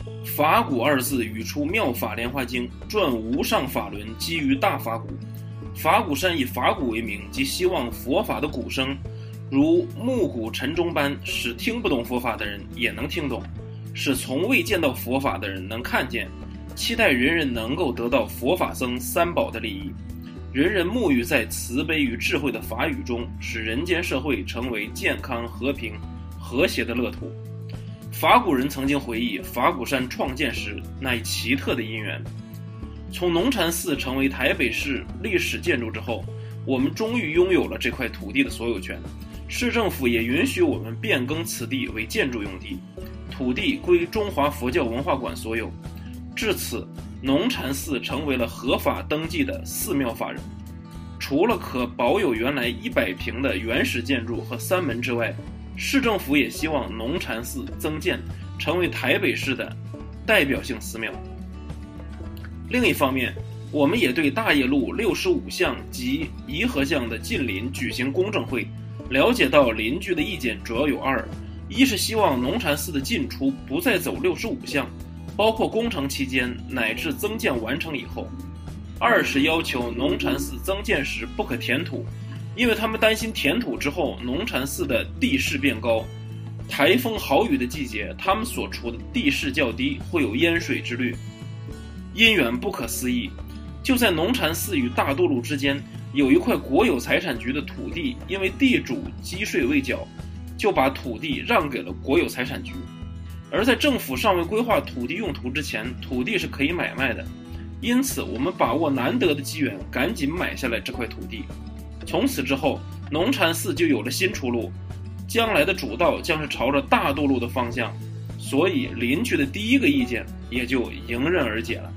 法古二字语出《妙法莲华经》，传无上法轮，基于大法古。法鼓山以法鼓为名，即希望佛法的鼓声如暮鼓晨钟般，使听不懂佛法的人也能听懂，使从未见到佛法的人能看见，期待人人能够得到佛法僧三宝的利益，人人沐浴在慈悲与智慧的法语中，使人间社会成为健康、和平、和谐的乐土。法鼓人曾经回忆法鼓山创建时那一奇特的因缘。从农禅寺成为台北市历史建筑之后，我们终于拥有了这块土地的所有权，市政府也允许我们变更此地为建筑用地，土地归中华佛教文化馆所有。至此，农禅寺成为了合法登记的寺庙法人。除了可保有原来100平的原始建筑和3门之外，市政府也希望农禅寺增建，成为台北市的代表性寺庙。另一方面，我们也对大业路65巷及颐和巷的近邻举行公证会，了解到邻居的意见主要有2：一是希望农禅寺的进出不再走65巷，包括工程期间乃至增建完成以后；二是要求农禅寺增建时不可填土，因为他们担心填土之后农禅寺的地势变高，台风豪雨的季节他们所处的地势较低，会有淹水之虑。因缘不可思议，就在农禅寺与大渡路之间有一块国有财产局的土地，因为地主积税未缴，就把土地让给了国有财产局。而在政府尚未规划土地用途之前，土地是可以买卖的，因此我们把握难得的机缘，赶紧买下来这块土地。从此之后，农禅寺就有了新出路，将来的主道将是朝着大渡路的方向，所以邻居的第一个意见也就迎刃而解了。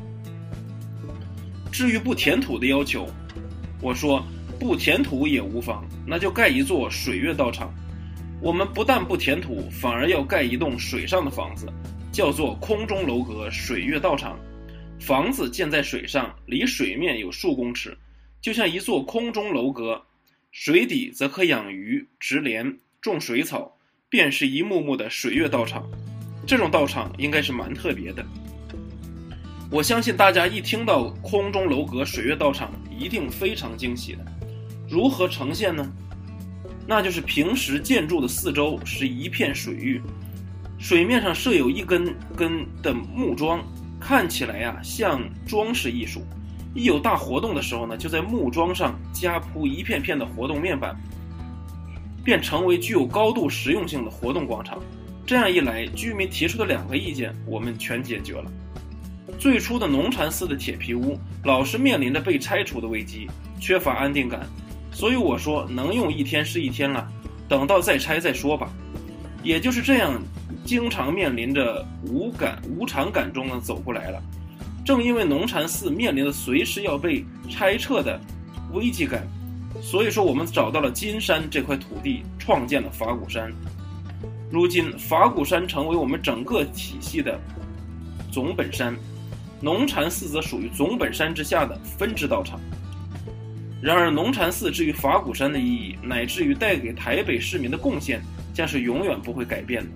至于不填土的要求，我说不填土也无妨，那就盖一座水月道场。我们不但不填土，反而要盖一栋水上的房子，叫做空中楼阁水月道场。房子建在水上，离水面有数公尺，就像一座空中楼阁，水底则可养鱼、植莲、种水草，便是一幕幕的水月道场。这种道场应该是蛮特别的。我相信大家一听到空中楼阁水月道场一定非常惊喜的。如何呈现呢？那就是平时建筑的四周是一片水域，水面上设有一根根的木桩，看起来像装饰艺术。一有大活动的时候呢，就在木桩上加铺一片片的活动面板，便成为具有高度实用性的活动广场。这样一来，居民提出的2个意见我们全解决了。最初的农禅寺的铁皮屋老是面临着被拆除的危机，缺乏安定感，所以我说能用1天是1天了，等到再拆再说吧。也就是这样，经常面临着无常感中走过来了。正因为农禅寺面临着随时要被拆撤的危机感，所以说我们找到了金山这块土地，创建了法鼓山。如今法鼓山成为我们整个体系的总本山，农禅寺则属于总本山之下的分支道场。然而农禅寺至于法鼓山的意义，乃至于带给台北市民的贡献，将是永远不会改变的。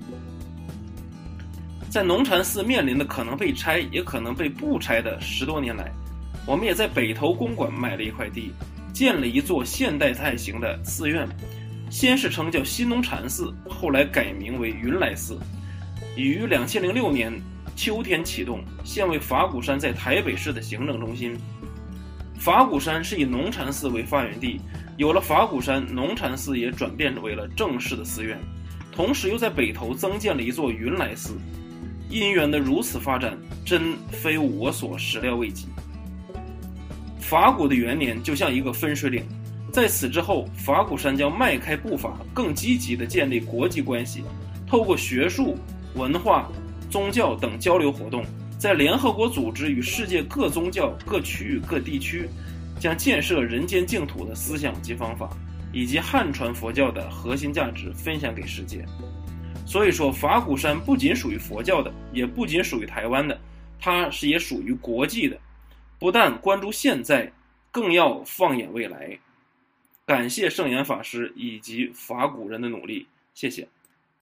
在农禅寺面临的可能被拆也可能被不拆的10多年来，我们也在北投公馆买了一块地，建了一座现代态型的寺院，先是称叫新农禅寺，后来改名为云来寺，已于2006年秋天启动，现为法鼓山在台北市的行政中心。法鼓山是以农禅寺为发源地，有了法鼓山，农禅寺也转变为了正式的寺院，同时又在北投增建了一座云来寺。因缘的如此发展，真非我所始料未及。法鼓的元年就像一个分水岭，在此之后，法鼓山将迈开步伐，更积极地建立国际关系，透过学术、文化、宗教等交流活动，在联合国组织与世界各宗教、各区域、各地区，将建设人间净土的思想及方法，以及汉传佛教的核心价值分享给世界。所以说，法鼓山不仅属于佛教的，也不仅属于台湾的，它也属于国际的。不但关注现在，更要放眼未来。感谢圣严法师以及法鼓人的努力，谢谢。